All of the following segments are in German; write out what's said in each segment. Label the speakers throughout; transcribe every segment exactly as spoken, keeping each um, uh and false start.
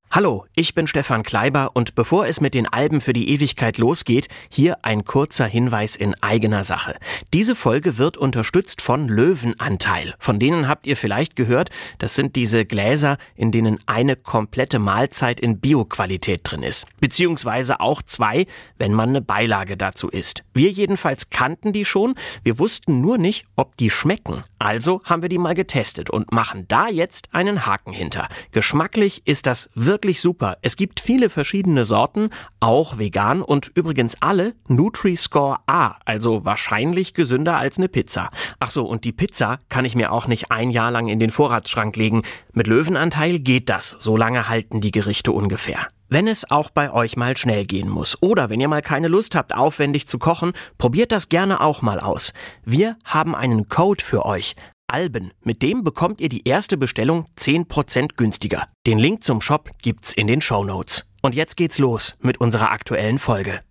Speaker 1: Hallo, ich bin Stefan Kleiber und bevor es mit den Alben für die Ewigkeit losgeht, hier ein kurzer Hinweis in eigener Sache. Diese Folge wird unterstützt von Löwenanteil. Von denen habt ihr vielleicht gehört, das sind diese Gläser, in denen eine komplette Mahlzeit in Bio-Qualität drin ist. Beziehungsweise auch zwei, wenn man eine Beilage dazu isst. Wir jedenfalls kannten die schon, wir wussten nur nicht, ob die schmecken. Also haben wir die mal getestet und machen da jetzt einen Haken hinter. Geschmacklich ist das wirklich Wirklich super. Es gibt viele verschiedene Sorten, auch vegan und übrigens alle Nutri-Score A, also wahrscheinlich gesünder als eine Pizza. Ach so, und die Pizza kann ich mir auch nicht ein Jahr lang in den Vorratsschrank legen. Mit Löwenanteil geht das, so lange halten die Gerichte ungefähr. Wenn es auch bei euch mal schnell gehen muss oder wenn ihr mal keine Lust habt, aufwendig zu kochen, probiert das gerne auch mal aus. Wir haben einen Code für euch. Alben. Mit dem bekommt ihr die erste Bestellung zehn Prozent günstiger. Den Link zum Shop gibt's in den Shownotes. Und jetzt geht's los mit unserer aktuellen Folge.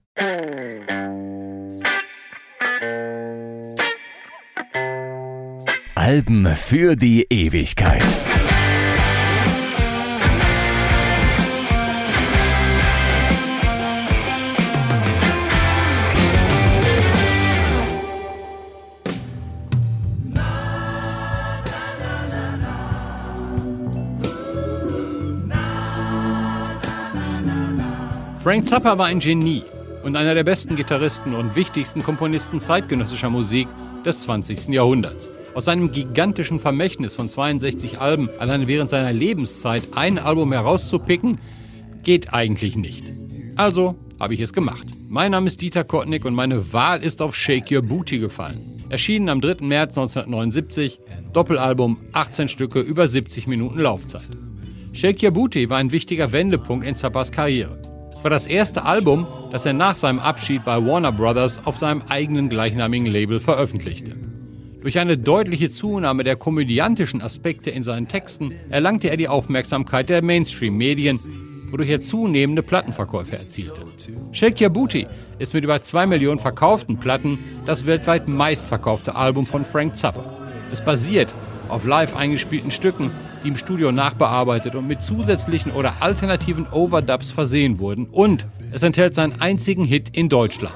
Speaker 2: Alben für die Ewigkeit.
Speaker 3: Frank Zappa war ein Genie und einer der besten Gitarristen und wichtigsten Komponisten zeitgenössischer Musik des zwanzigsten Jahrhunderts. Aus seinem gigantischen Vermächtnis von zweiundsechzig Alben allein während seiner Lebenszeit ein Album herauszupicken, geht eigentlich nicht. Also habe ich es gemacht. Mein Name ist Dieter Kottnick und meine Wahl ist auf Shake Your Booty gefallen. Erschienen am dritten März neunzehnhundertneunundsiebzig, Doppelalbum, achtzehn Stücke, über siebzig Minuten Laufzeit. Shake Your Booty war ein wichtiger Wendepunkt in Zappas Karriere. Es war das erste Album, das er nach seinem Abschied bei Warner Brothers auf seinem eigenen gleichnamigen Label veröffentlichte. Durch eine deutliche Zunahme der komödiantischen Aspekte in seinen Texten erlangte er die Aufmerksamkeit der Mainstream-Medien, wodurch er zunehmende Plattenverkäufe erzielte. Shake Your Booty ist mit über zwei Millionen verkauften Platten das weltweit meistverkaufte Album von Frank Zappa. Es basiert auf live eingespielten Stücken, die im Studio nachbearbeitet und mit zusätzlichen oder alternativen Overdubs versehen wurden. Und es enthält seinen einzigen Hit in Deutschland.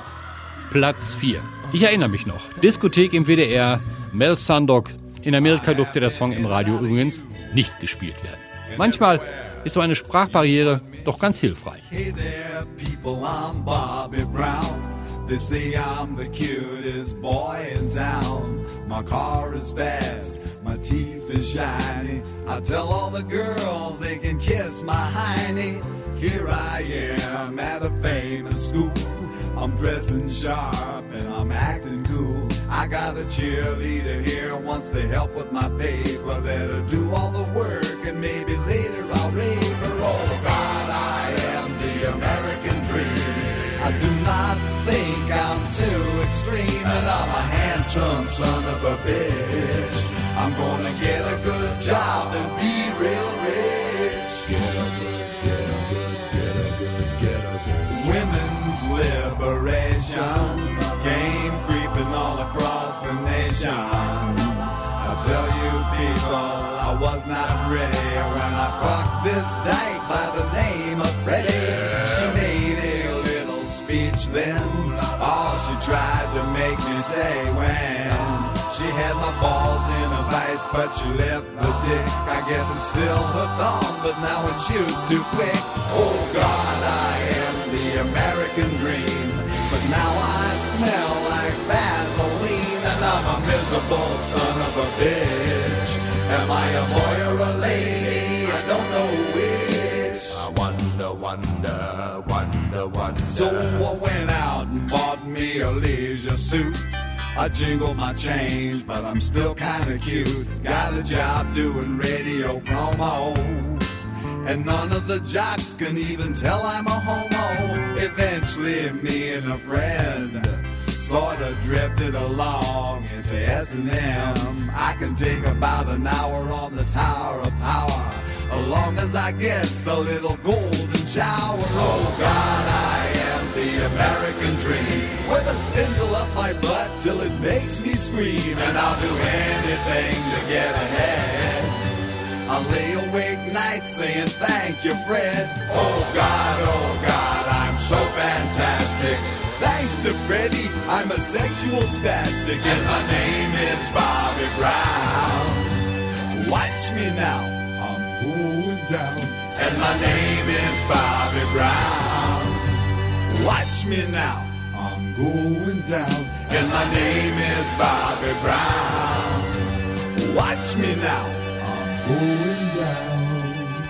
Speaker 3: Platz vier. Ich erinnere mich noch. Diskothek im W D R, Mel Sandok. In Amerika durfte der Song im Radio übrigens nicht gespielt werden. Manchmal ist so eine Sprachbarriere doch ganz hilfreich.
Speaker 4: Hey there, people, I'm Bobby Brown. They say I'm the cutest boy in town. My car is fast, my teeth is shiny. I tell all the girls they can kiss my hiney. Here I am at a famous school. I'm dressing sharp and I'm acting cool. I got a cheerleader here, wants to help with my paper. Let her do all the work and maybe later I'll rape her. Oh God, I am the American dream. I do not think I'm too extreme, and I'm a handsome son of a bitch. I'm gonna get a good job and be real rich. Get a good, get a good, get a good, get a good. Women's liberation came creeping all across the nation. I tell you people, I was not ready when I fucked this dyke by the name of Freddie. She made a little speech then, all she tried to make me say when she had my balls in a vice, but she left the dick. I guess it's still hooked on, but now it shoots too quick. Oh God, I am the American dream, but now I smell like Vaseline, and I'm a miserable son of a bitch. Am I a boy or a lady? I don't know which. I wonder, wonder, wonder, wonder. So I went out and bought me a leisure suit. I jingle my change, but I'm still kinda cute. Got a job doing radio promo, and none of the jocks can even tell I'm a homo. Eventually me and a friend sorta drifted along into S and M. I can take about an hour on the Tower of Power, as long as I get a little golden shower. Oh God, I am the American dream, with a spindle up my butt till it makes me scream, and I'll do anything to get ahead. I lay awake nights saying thank you, Fred. Oh God, oh God, I'm so fantastic. Thanks to Freddy, I'm a sexual spastic. And my name is Bobby Brown. Watch me now, I'm going down. And my name is Bobby Brown. Watch me now, I'm going down. And my name is Bobby Brown. Watch me now, I'm going down.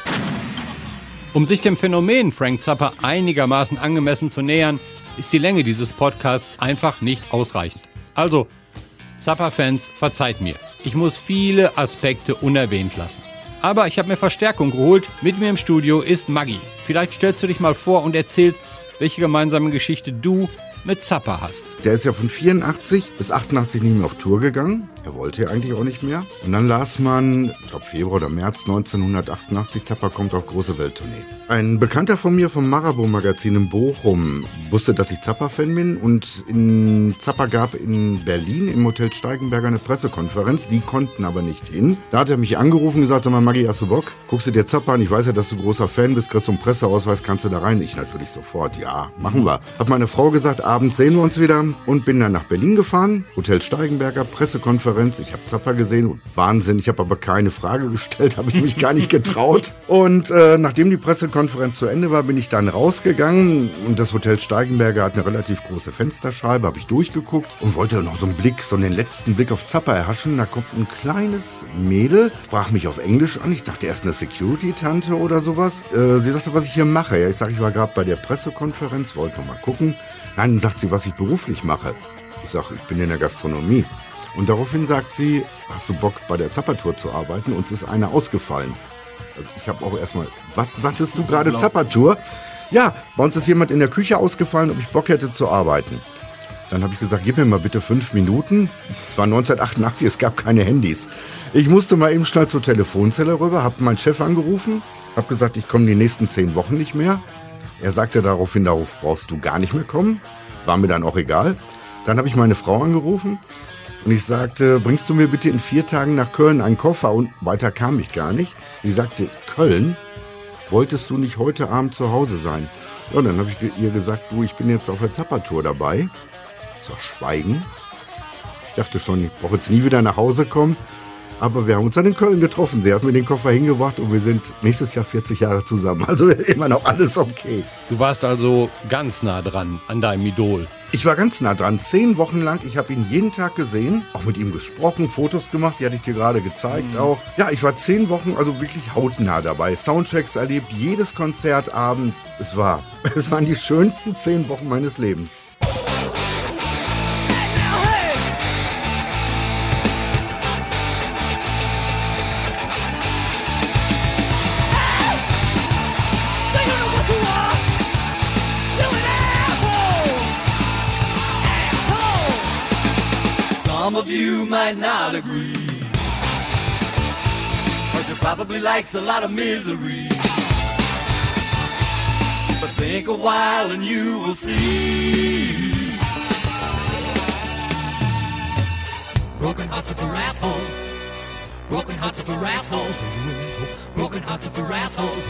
Speaker 3: Um sich dem Phänomen Frank Zappa einigermaßen angemessen zu nähern, ist die Länge dieses Podcasts einfach nicht ausreichend. Also, Zappa-Fans, verzeiht mir. Ich muss viele Aspekte unerwähnt lassen. Aber ich habe mir Verstärkung geholt. Mit mir im Studio ist Maggi. Vielleicht stellst du dich mal vor und erzählst, welche gemeinsame Geschichte du mit Zappa hast.
Speaker 5: Der ist ja von vierundachtzig bis achtundachtzig nicht mehr auf Tour gegangen. Er wollte ja eigentlich auch nicht mehr. Und dann las man, ich glaube Februar oder März neunzehnhundertachtundachtzig, Zappa kommt auf große Welttournee. Ein Bekannter von mir vom Marabou-Magazin in Bochum wusste, dass ich Zappa-Fan bin. Und in Zappa gab in Berlin im Hotel Steigenberger eine Pressekonferenz. Die konnten aber nicht hin. Da hat er mich angerufen und gesagt, sag mal, Maggi, hast du Bock? Guckst du dir Zappa an? Ich weiß ja, dass du großer Fan bist. Kriegst du einen Presseausweis, kannst du da rein? Ich natürlich sofort, ja, machen wir. Hat meine Frau gesagt, abends sehen wir uns wieder. Und bin dann nach Berlin gefahren. Hotel Steigenberger, Pressekonferenz. Ich habe Zappa gesehen. Wahnsinn, ich habe aber keine Frage gestellt. Habe ich mich gar nicht getraut. Und äh, nachdem die Pressekonferenz zu Ende war, bin ich dann rausgegangen. Und das Hotel Steigenberger hat eine relativ große Fensterscheibe. Habe ich durchgeguckt und wollte noch so einen Blick, so einen letzten Blick auf Zappa erhaschen. Da kommt ein kleines Mädel, sprach mich auf Englisch an. Ich dachte erst eine Security-Tante oder sowas. Äh, sie sagte, was ich hier mache. Ja, ich sage, ich war gerade bei der Pressekonferenz, wollte noch mal gucken. Nein, dann sagt sie, was ich beruflich mache. Ich sage, ich bin in der Gastronomie. Und daraufhin sagt sie, hast du Bock, bei der Zappa-Tour zu arbeiten? Uns ist eine ausgefallen. Also ich habe auch erstmal, was sagtest du gerade, Zappa-Tour? Ja, bei uns ist jemand in der Küche ausgefallen, ob ich Bock hätte zu arbeiten. Dann habe ich gesagt, gib mir mal bitte fünf Minuten. Es war neunzehnhundertachtundachtzig, es gab keine Handys. Ich musste mal eben schnell zur Telefonzelle rüber, habe meinen Chef angerufen, habe gesagt, ich komme die nächsten zehn Wochen nicht mehr. Er sagte daraufhin, darauf brauchst du gar nicht mehr kommen. War mir dann auch egal. Dann habe ich meine Frau angerufen und ich sagte, bringst du mir bitte in vier Tagen nach Köln einen Koffer? Und weiter kam ich gar nicht. Sie sagte, Köln? Wolltest du nicht heute Abend zu Hause sein? Ja, und dann habe ich ihr gesagt, du, ich bin jetzt auf der Zappa-Tour dabei. Das war Schweigen. Ich dachte schon, ich brauche jetzt nie wieder nach Hause kommen. Aber wir haben uns dann in Köln getroffen. Sie hat mir den Koffer hingebracht und wir sind nächstes Jahr vierzig Jahre zusammen. Also immer noch alles okay.
Speaker 3: Du warst also ganz nah dran an deinem Idol.
Speaker 5: Ich war ganz nah dran, zehn Wochen lang. Ich habe ihn jeden Tag gesehen, auch mit ihm gesprochen, Fotos gemacht, die hatte ich dir gerade gezeigt mhm. auch. Ja, ich war zehn Wochen also wirklich hautnah dabei. Soundchecks erlebt, jedes Konzert abends. Es war, es waren die schönsten zehn Wochen meines Lebens.
Speaker 4: Some of you might not agree, but you probably likes a lot of misery. But think a while and you will see. Broken hearts are for assholes. Broken hearts are for assholes. Broken hearts are for assholes.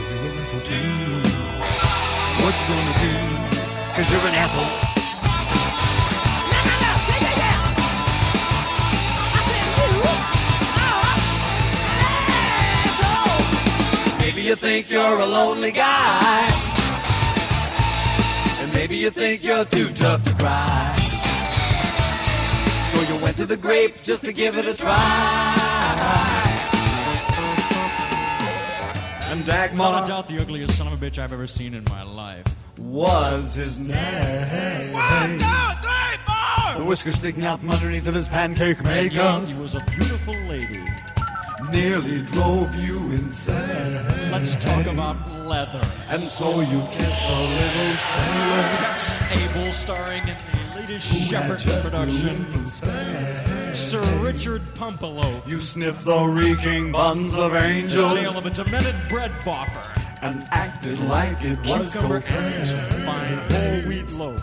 Speaker 4: What you gonna do? Cause you're an asshole. Maybe you think you're a lonely guy, and maybe you think you're too tough to cry. So you went to the grape just to give it a try. And Dagmar,
Speaker 6: out the ugliest son of a bitch I've ever seen in my life,
Speaker 4: was his name. One, two, three, four. The whiskers sticking out from underneath of his pancake maker.
Speaker 6: He was a beautiful lady.
Speaker 4: Nearly drove you insane.
Speaker 6: Let's talk about leather.
Speaker 4: And so you kissed a little sailor,
Speaker 6: Tex Abel, starring in the latest Shepherd production.
Speaker 4: From Spain.
Speaker 6: Sir Richard Pumpelo.
Speaker 4: You sniffed the reeking buns of angel.
Speaker 6: The tale of a demented bread boffer.
Speaker 4: And acted like it was
Speaker 6: Cucumber
Speaker 4: cocaine.
Speaker 6: eggs, fine whole wheat loaf.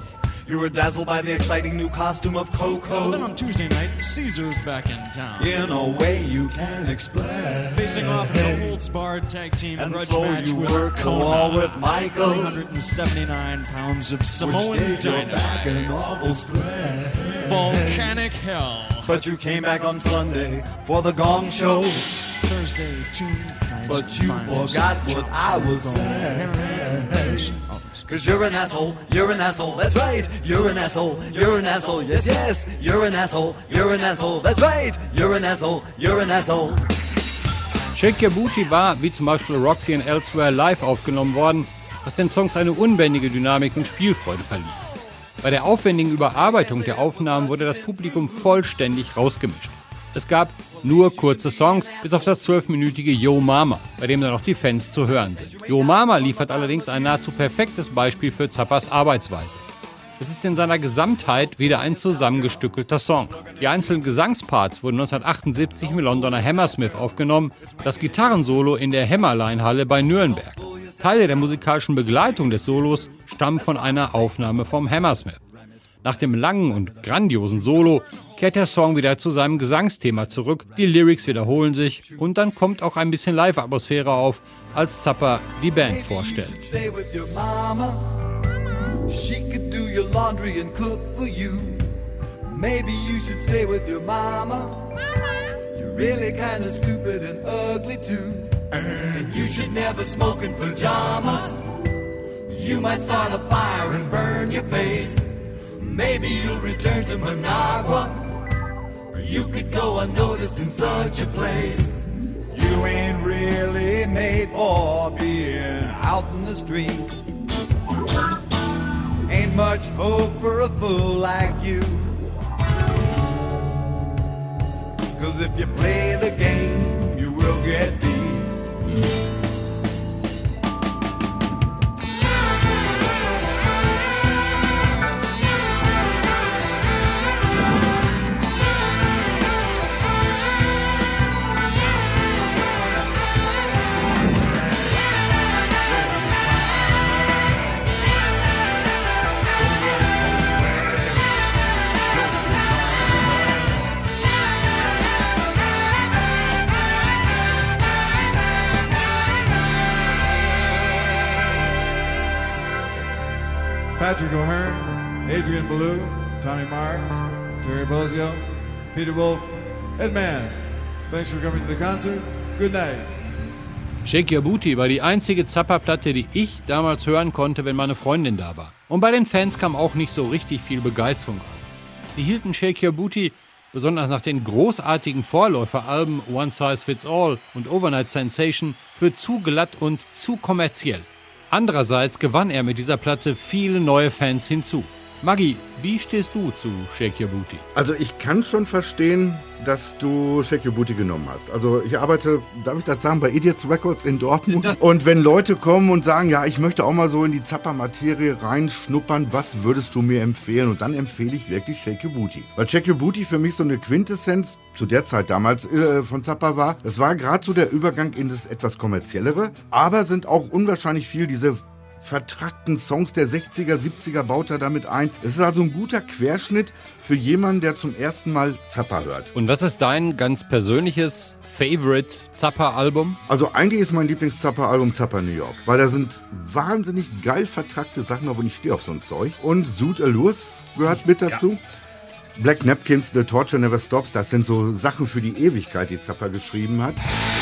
Speaker 4: You were dazzled by the exciting new costume of Coco.
Speaker 6: Then on Tuesday night, Caesar's back in town.
Speaker 4: In a way you can't explain.
Speaker 6: Facing off in a Holtz-Barred tag team
Speaker 4: And
Speaker 6: grudge
Speaker 4: so
Speaker 6: match
Speaker 4: you
Speaker 6: with
Speaker 4: worked the
Speaker 6: Kona.
Speaker 4: wall with Michael,
Speaker 6: three hundred seventy-nine pounds of
Speaker 4: which
Speaker 6: Samoan
Speaker 4: gave your back
Speaker 6: dynamite.
Speaker 4: an awful spread.
Speaker 6: Volcanic hell.
Speaker 4: But you came back on Sunday for the gong show.
Speaker 6: Thursday, two nights.
Speaker 4: But you
Speaker 6: minus.
Speaker 4: forgot what I was saying. Cause you're an asshole, you're an asshole, that's right. You're an asshole, you're an asshole, yes, yes. You're an asshole, you're an asshole, that's right. You're an asshole, you're an asshole.
Speaker 3: Shake Your Booty war, wie zum Beispiel Roxy and Elsewhere, live aufgenommen worden, was den Songs eine unbändige Dynamik und Spielfreude verlieh. Bei der aufwendigen Überarbeitung der Aufnahmen wurde das Publikum vollständig rausgemischt. Es gab nur kurze Songs, bis auf das zwölfminütige Yo Mama, bei dem dann auch die Fans zu hören sind. Yo Mama liefert allerdings ein nahezu perfektes Beispiel für Zappas Arbeitsweise. Es ist in seiner Gesamtheit wieder ein zusammengestückelter Song. Die einzelnen Gesangsparts wurden neunzehnhundertachtundsiebzig im Londoner Hammersmith aufgenommen, das Gitarrensolo in der Hämmerleinhalle bei Nürnberg. Teile der musikalischen Begleitung des Solos stammen von einer Aufnahme vom Hammersmith. Nach dem langen und grandiosen Solo kehrt der Song wieder zu seinem Gesangsthema zurück, die Lyrics wiederholen sich und dann kommt auch ein bisschen Live-Atmosphäre auf, als Zappa die Band vorstellt.
Speaker 4: Stay with your mama. She could do your laundry and cook for you. Maybe you should stay with your mama. You're really kinda stupid and ugly too. And you should never smoke in pajamas. You might start a fire and burn your face. Maybe you'll return to Managua. Or you could go unnoticed in such a place. You ain't really made for being out in the street. Ain't much hope for a fool like you. Cause if you play the game, you will get beat.
Speaker 7: Patrick O'Hearn, Adrian Ballou, Tommy Marks, Terry Bozzio, Peter Wolf, Ed Mann. Thanks for coming to the concert. Good night.
Speaker 3: Shake Your Booty war die einzige Zappa-Platte, die ich damals hören konnte, wenn meine Freundin da war. Und bei den Fans kam auch nicht so richtig viel Begeisterung auf. Sie hielten Shake Your Booty, besonders nach den großartigen Vorläuferalben One Size Fits All und Overnight Sensation, für zu glatt und zu kommerziell. Andererseits gewann er mit dieser Platte viele neue Fans hinzu. Maggi, wie stehst du zu Shake Your Booty?
Speaker 5: Also ich kann schon verstehen, dass du Shake Your Booty genommen hast. Also ich arbeite, darf ich das sagen, bei Idiots Records in Dortmund. Das und wenn Leute kommen und sagen, ja, ich möchte auch mal so in die Zappa-Materie reinschnuppern, was würdest du mir empfehlen? Und dann empfehle ich wirklich Shake Your Booty. Weil Shake Your Booty für mich so eine Quintessenz zu der Zeit damals äh, von Zappa war. Es war gerade so der Übergang in das etwas kommerziellere, aber sind auch unwahrscheinlich viel diese vertrackten Songs der sechziger, siebziger baut er damit ein. Es ist also ein guter Querschnitt für jemanden, der zum ersten Mal Zappa hört.
Speaker 3: Und was ist dein ganz persönliches Favorite Zappa-Album?
Speaker 5: Also eigentlich ist mein Lieblings-Zappa-Album Zappa New York, weil da sind wahnsinnig geil vertrackte Sachen, aber ich stehe auf so ein Zeug. Und Zoot Allures gehört mit dazu. Ja. Black Napkins, The Torture Never Stops, das sind so Sachen für die Ewigkeit, die Zappa geschrieben hat.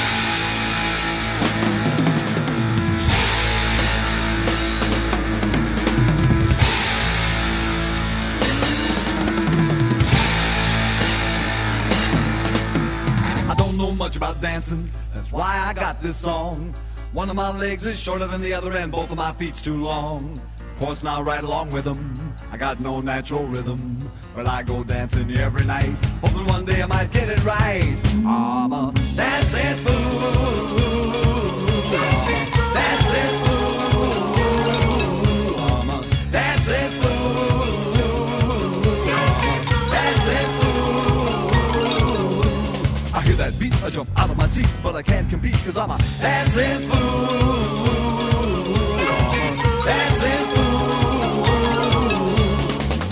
Speaker 4: About dancing, that's why I got this song. One of my legs is shorter than the other and both of my feet's too long. Of course now right along with them, I got no natural rhythm, but I go dancing every night, hoping one day I might get it right. I'm a dancing fool, dancing fool, I'm a dancing fool, dancing fool. I hear that beat, I jump out of my seat, but I can't compete cause I'm a dancing fool, dancing fool.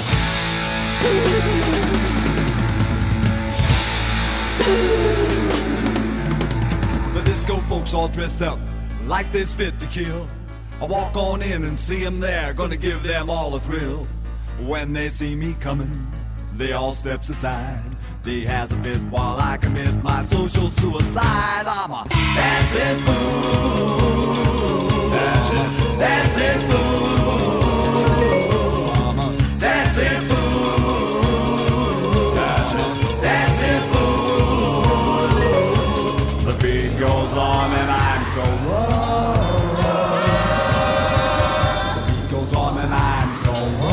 Speaker 4: Folks all dressed up like they's fit to kill. I walk on in and see them there, gonna give them all a thrill. When they see me coming, they all steps aside. They has a fit while I commit my social suicide. I'm a dancing fool. Dancing, dancing fool. I'm a dancing fool. Dancing, dancing fool. The beat goes on and I'm so The beat goes on and I'm so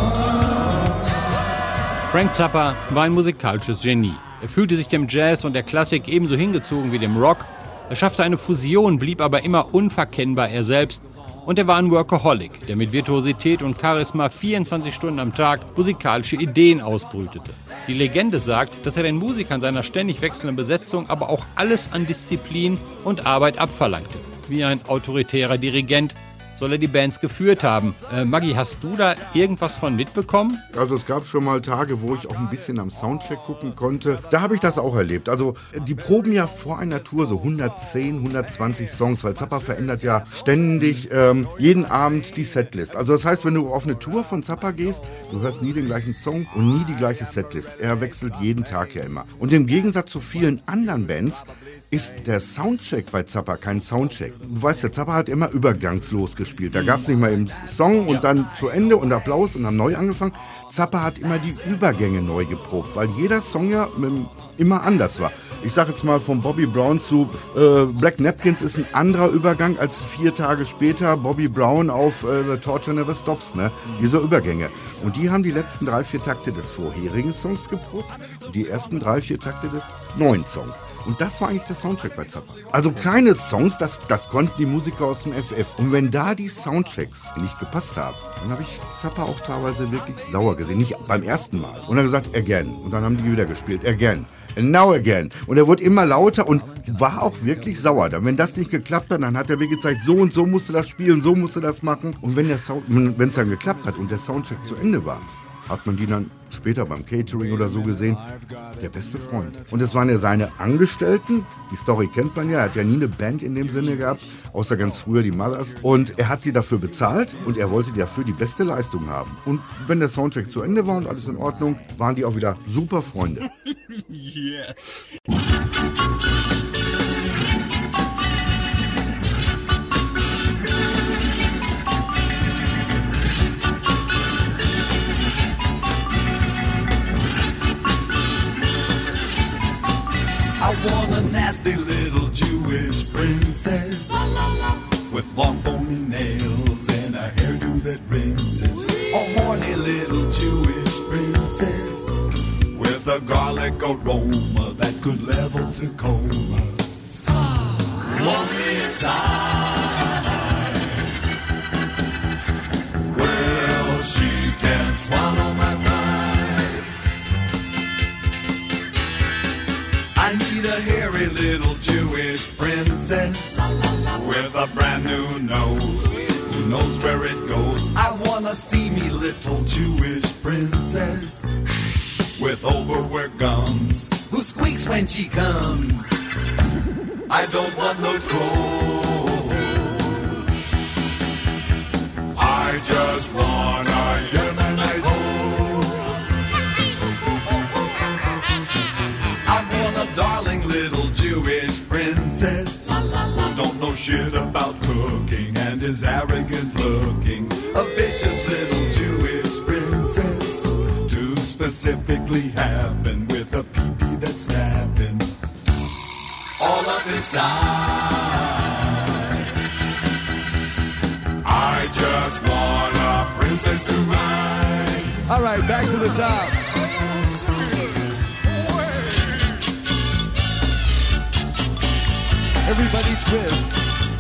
Speaker 3: Frank Zappa war ein musikalisches Genie. Er fühlte sich dem Jazz und der Klassik ebenso hingezogen wie dem Rock. Er schaffte eine Fusion, blieb aber immer unverkennbar er selbst. Und er war ein Workaholic, der mit Virtuosität und Charisma vierundzwanzig Stunden am Tag musikalische Ideen ausbrütete. Die Legende sagt, dass er den Musikern seiner ständig wechselnden Besetzung aber auch alles an Disziplin und Arbeit abverlangte. Wie ein autoritärer Dirigent soll er die Bands geführt haben. Äh, Maggi, hast du da irgendwas von mitbekommen?
Speaker 5: Also es gab schon mal Tage, wo ich auch ein bisschen am Soundcheck gucken konnte. Da habe ich das auch erlebt. Also die proben ja vor einer Tour so hundertzehn, hundertzwanzig Songs, weil Zappa verändert ja ständig ähm, jeden Abend die Setlist. Also das heißt, wenn du auf eine Tour von Zappa gehst, du hörst nie den gleichen Song und nie die gleiche Setlist. Er wechselt jeden Tag ja immer. Und im Gegensatz zu vielen anderen Bands ist der Soundcheck bei Zappa kein Soundcheck. Du weißt, der Zappa hat immer übergangslos gespielt. Da gab es nicht mal eben Song und dann zu Ende und Applaus und haben neu angefangen. Zappa hat immer die Übergänge neu geprobt, weil jeder Song ja immer anders war. Ich sage jetzt mal, von Bobby Brown zu äh, Black Napkins ist ein anderer Übergang als vier Tage später Bobby Brown auf äh, The Torture Never Stops, ne? Diese Übergänge. Und die haben die letzten drei, vier Takte des vorherigen Songs geprobt und die ersten drei, vier Takte des neuen Songs. Und das war eigentlich der Soundcheck bei Zappa. Also kleine Songs, das, das konnten die Musiker aus dem F F. Und wenn da die Soundchecks nicht gepasst haben, dann habe ich Zappa auch teilweise wirklich sauer gesehen. Nicht beim ersten Mal. Und dann gesagt, again. Und dann haben die wieder gespielt, again. And now again. Und er wurde immer lauter und war auch wirklich sauer. Dann, wenn das nicht geklappt hat, dann hat er mir gezeigt, so und so musst du das spielen, so musst du das machen. Und wenn es dann geklappt hat und der Soundcheck zu Ende war, hat man die dann später beim Catering oder so gesehen, der beste Freund. Und es waren ja seine Angestellten, die Story kennt man ja, er hat ja nie eine Band in dem Sinne gehabt, außer ganz früher die Mothers. Und er hat sie dafür bezahlt und er wollte dafür die beste Leistung haben. Und wenn der Soundcheck zu Ende war und alles in Ordnung, waren die auch wieder super Freunde.
Speaker 6: Yes.
Speaker 4: I want a nasty little Jewish princess with long bony nails and a hairdo that rinses. A horny little Jewish princess with a garlic aroma that could level Tacoma. Lonely inside. Well, she can swallow my pride. I need a hairy little Jewish princess with a brand new nose who knows where it goes. I want a steamy little Jewish princess with overworked gums who squeaks when she comes. I don't want no troll. I just want a Yemenite hoe. I want a darling little Jewish princess who don't know shit about cooking and is arrogant looking. A vicious little Jewish princess to specifically happen with a pee-pee that's snapping all up inside. I just want a princess to ride.
Speaker 7: All right, back to the top. Everybody twist.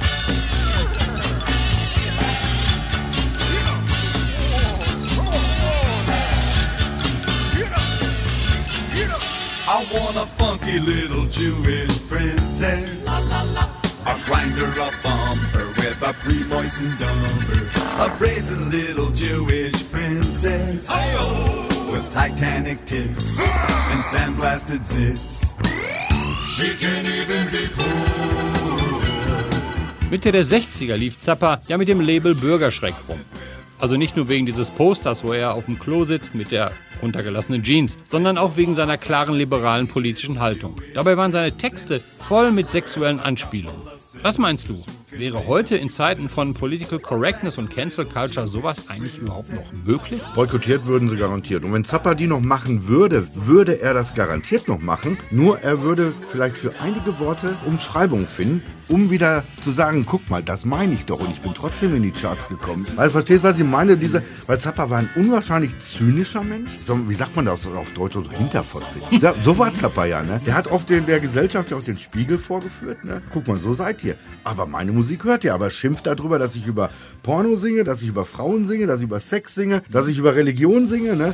Speaker 4: I want a funky little Jewish princess. A grinder, a bumper with a pre-moistened dumper. A brazen little Jewish princess with Titanic tits and sandblasted zits. She can even be poor.
Speaker 3: Mitte der sechziger lief Zappa ja mit dem Label Bürgerschreck rum. Also nicht nur wegen dieses Posters, wo er auf dem Klo sitzt mit der runtergelassenen Jeans, sondern auch wegen seiner klaren liberalen politischen Haltung. Dabei waren seine Texte voll mit sexuellen Anspielungen. Was meinst du? Wäre heute in Zeiten von Political Correctness und Cancel Culture sowas eigentlich überhaupt noch möglich?
Speaker 5: Boykottiert würden sie garantiert. Und wenn Zappa die noch machen würde, würde er das garantiert noch machen. Nur er würde vielleicht für einige Worte Umschreibung finden, um wieder zu sagen, guck mal, das meine ich doch und ich bin trotzdem in die Charts gekommen. Weil verstehst du, was ich meine? Diese, weil Zappa war ein unwahrscheinlich zynischer Mensch. So, wie sagt man das auf Deutsch? So hinterfotzig. Ja, so war Zappa ja, ne? Der hat oft den, der Gesellschaft ja auch den Spiegel vorgeführt, ne? Guck mal, so seid ihr. Aber meine Musik hört ihr, aber schimpft darüber, dass ich über Porno singe, dass ich über Frauen singe, dass ich über Sex singe, dass ich über Religion singe, ne?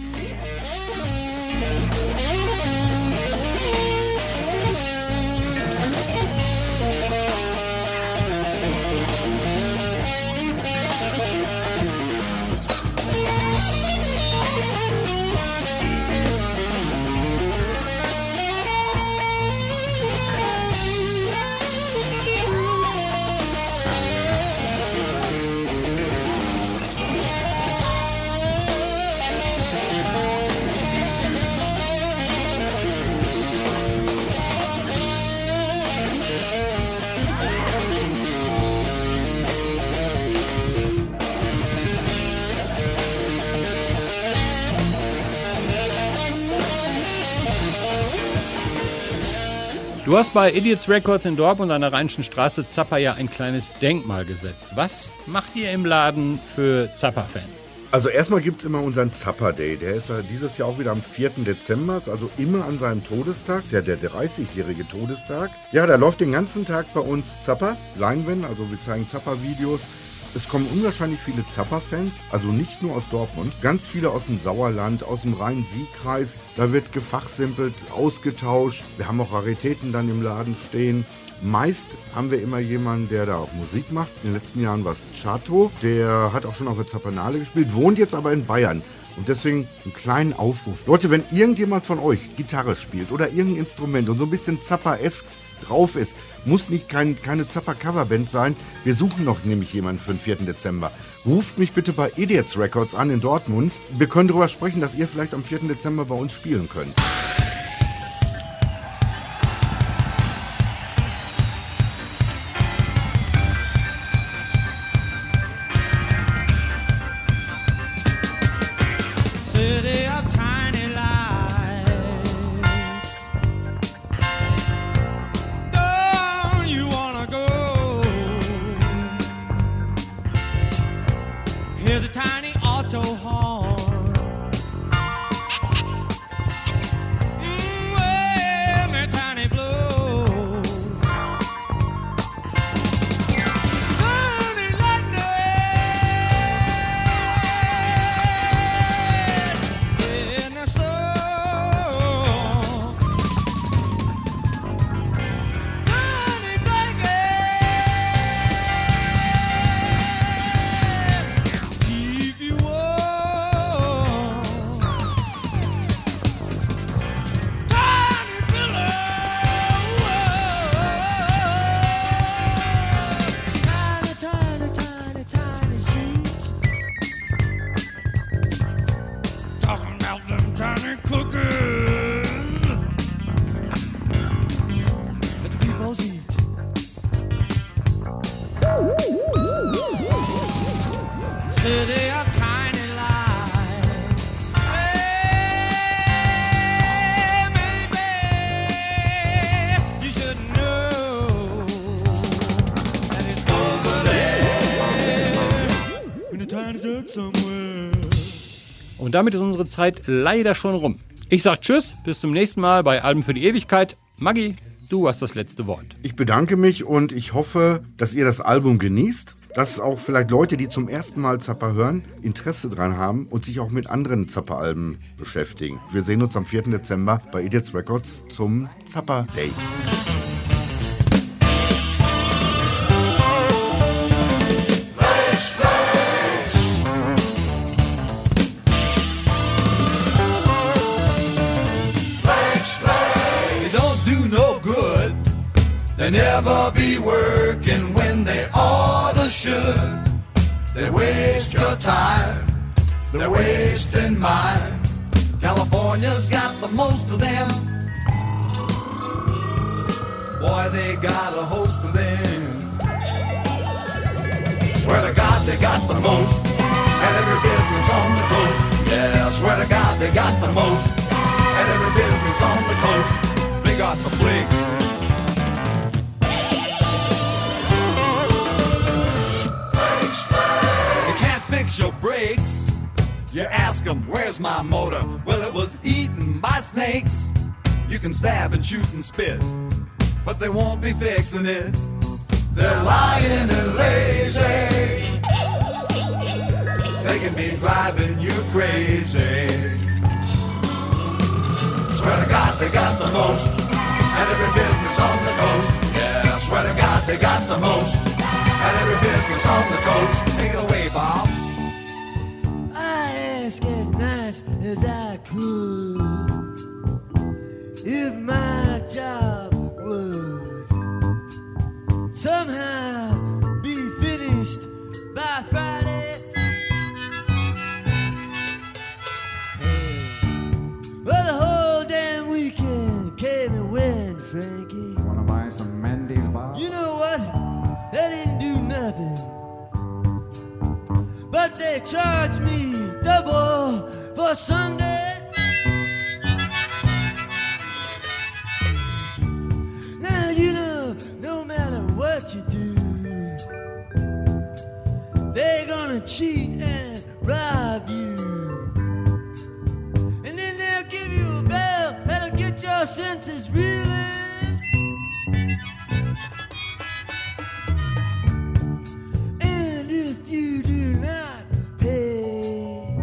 Speaker 3: Du hast bei Idiots Records in Dortmund an der Rheinischen Straße Zappa ja ein kleines Denkmal gesetzt. Was macht ihr im Laden für Zappa-Fans?
Speaker 5: Also erstmal gibt es immer unseren Zappa Day. Der ist ja dieses Jahr auch wieder am vierten Dezember, also immer an seinem Todestag. Das ist ja der dreißigjährige Todestag. Ja, da läuft den ganzen Tag bei uns Zappa, Leinwände, also wir zeigen Zappa-Videos. Es kommen unwahrscheinlich viele Zappa-Fans, also nicht nur aus Dortmund, ganz viele aus dem Sauerland, aus dem Rhein-Sieg-Kreis. Da wird gefachsimpelt, ausgetauscht. Wir haben auch Raritäten dann im Laden stehen. Meist haben wir immer jemanden, der da auch Musik macht. In den letzten Jahren war es Chato, der hat auch schon auf der Zappanale gespielt, wohnt jetzt aber in Bayern. Und deswegen einen kleinen Aufruf. Leute, wenn irgendjemand von euch Gitarre spielt oder irgendein Instrument und so ein bisschen Zappa-esk drauf ist, muss nicht kein, keine Zappa-Coverband sein. Wir suchen noch nämlich jemanden für den vierten Dezember. Ruft mich bitte bei Idiots Records an in Dortmund. Wir können darüber sprechen, dass ihr vielleicht am vierten Dezember bei uns spielen könnt.
Speaker 6: City of tiny lights. Don't you wanna go? Hear the tiny auto horn. Mm, where my tiny glow. Tiny lightning in the snow. Tiny blankets keep you warm. Tiny pillows. Tiny, tiny, tiny, tiny sheets. Talking about them tiny cookies that the peoples eat. City of tiny lights. Hey, maybe you should know that it's over there in a tiny dirt somewhere.
Speaker 3: Und damit ist unsere Zeit leider schon rum. Ich sag Tschüss, bis zum nächsten Mal bei Alben für die Ewigkeit. Maggi, du hast das letzte Wort.
Speaker 5: Ich bedanke mich und ich hoffe, dass ihr das Album genießt, dass auch vielleicht Leute, die zum ersten Mal Zappa hören, Interesse dran haben und sich auch mit anderen Zappa-Alben beschäftigen. Wir sehen uns am vierten Dezember bei Idiots Records zum Zappa Day.
Speaker 4: They don't do no good. They never be working when they should. They waste your time, they're wasting mine. California's got the most of them. Boy, they got a host of them. Swear to God, they got the most. And every business on the coast. Yeah, I swear to God, they got the most. And every business on the coast. They got the flicks. Fix, fix. You can't fix your brakes. You ask them, where's my motor? Well, it was eaten by snakes. You can stab and shoot and spit, but they won't be fixing it. They're lying and lazy. They can be driving you crazy. Swear to God they got the most. And every business on the coast. Yeah, swear to God they got the most. And every business on the coast. Take it away, Bob.
Speaker 8: I ask as nice as I could if my job would somehow be finished by Friday. Well, the whole damn weekend came and went, Frankie.
Speaker 9: Wanna buy some Mendy's, Bob?
Speaker 8: You know what? They didn't do nothing. But they charged me double for Sunday. Now you know, no matter what you do, they're gonna cheat and rob you. And then they'll give you a bell that'll get your senses reeling. And if you do not pay,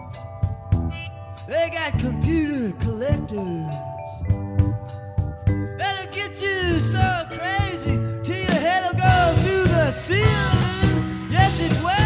Speaker 8: they got computer collectors that'll get you so crazy till your head'll go through the ceiling. Yes, it will.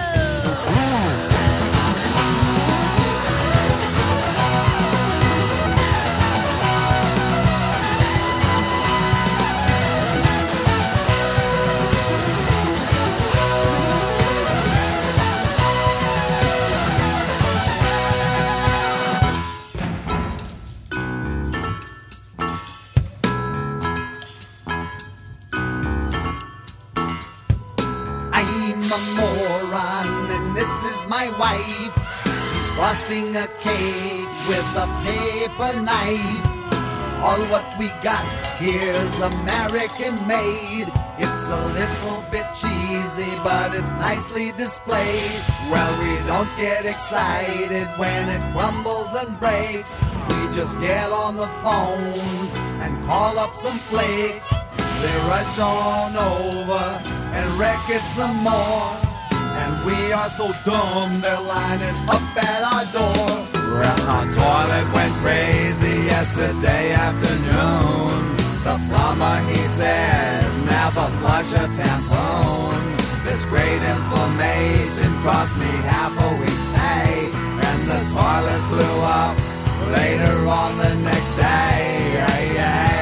Speaker 4: A moron, and this is my wife. She's frosting a cake with a paper knife. All what we got here's American made. It's a little bit cheesy, but it's nicely displayed. Well, we don't get excited when it crumbles and breaks. We just get on the phone and call up some flakes. They rush on over and wreck it some more. And we are so dumb, they're lining up at our door. Well, our toilet went crazy yesterday afternoon. The plumber, he says, never flush a tampon. This great information cost me half a week's pay. And the toilet blew up later on the next day. Yeah, yeah.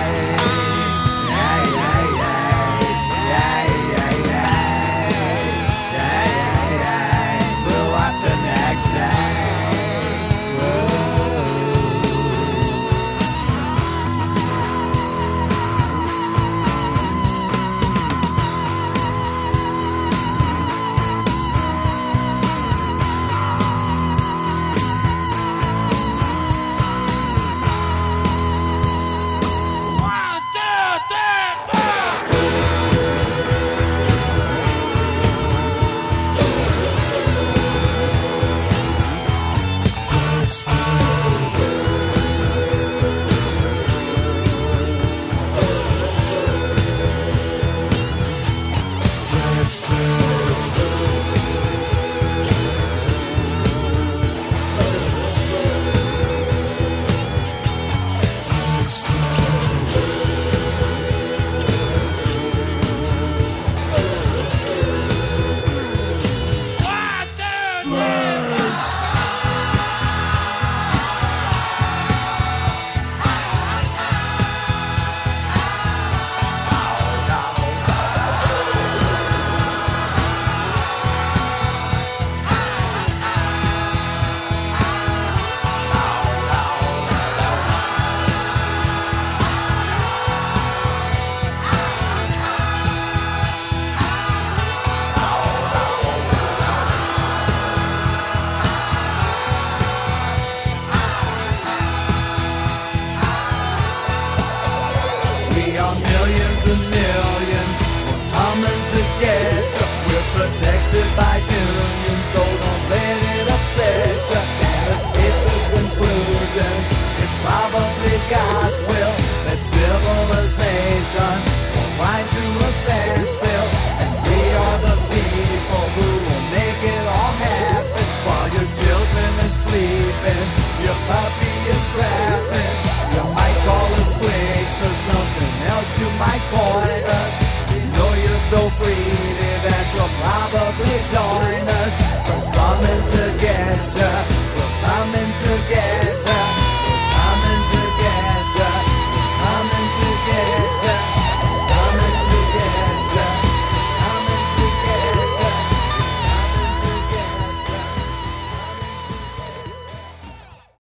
Speaker 10: lovely dog.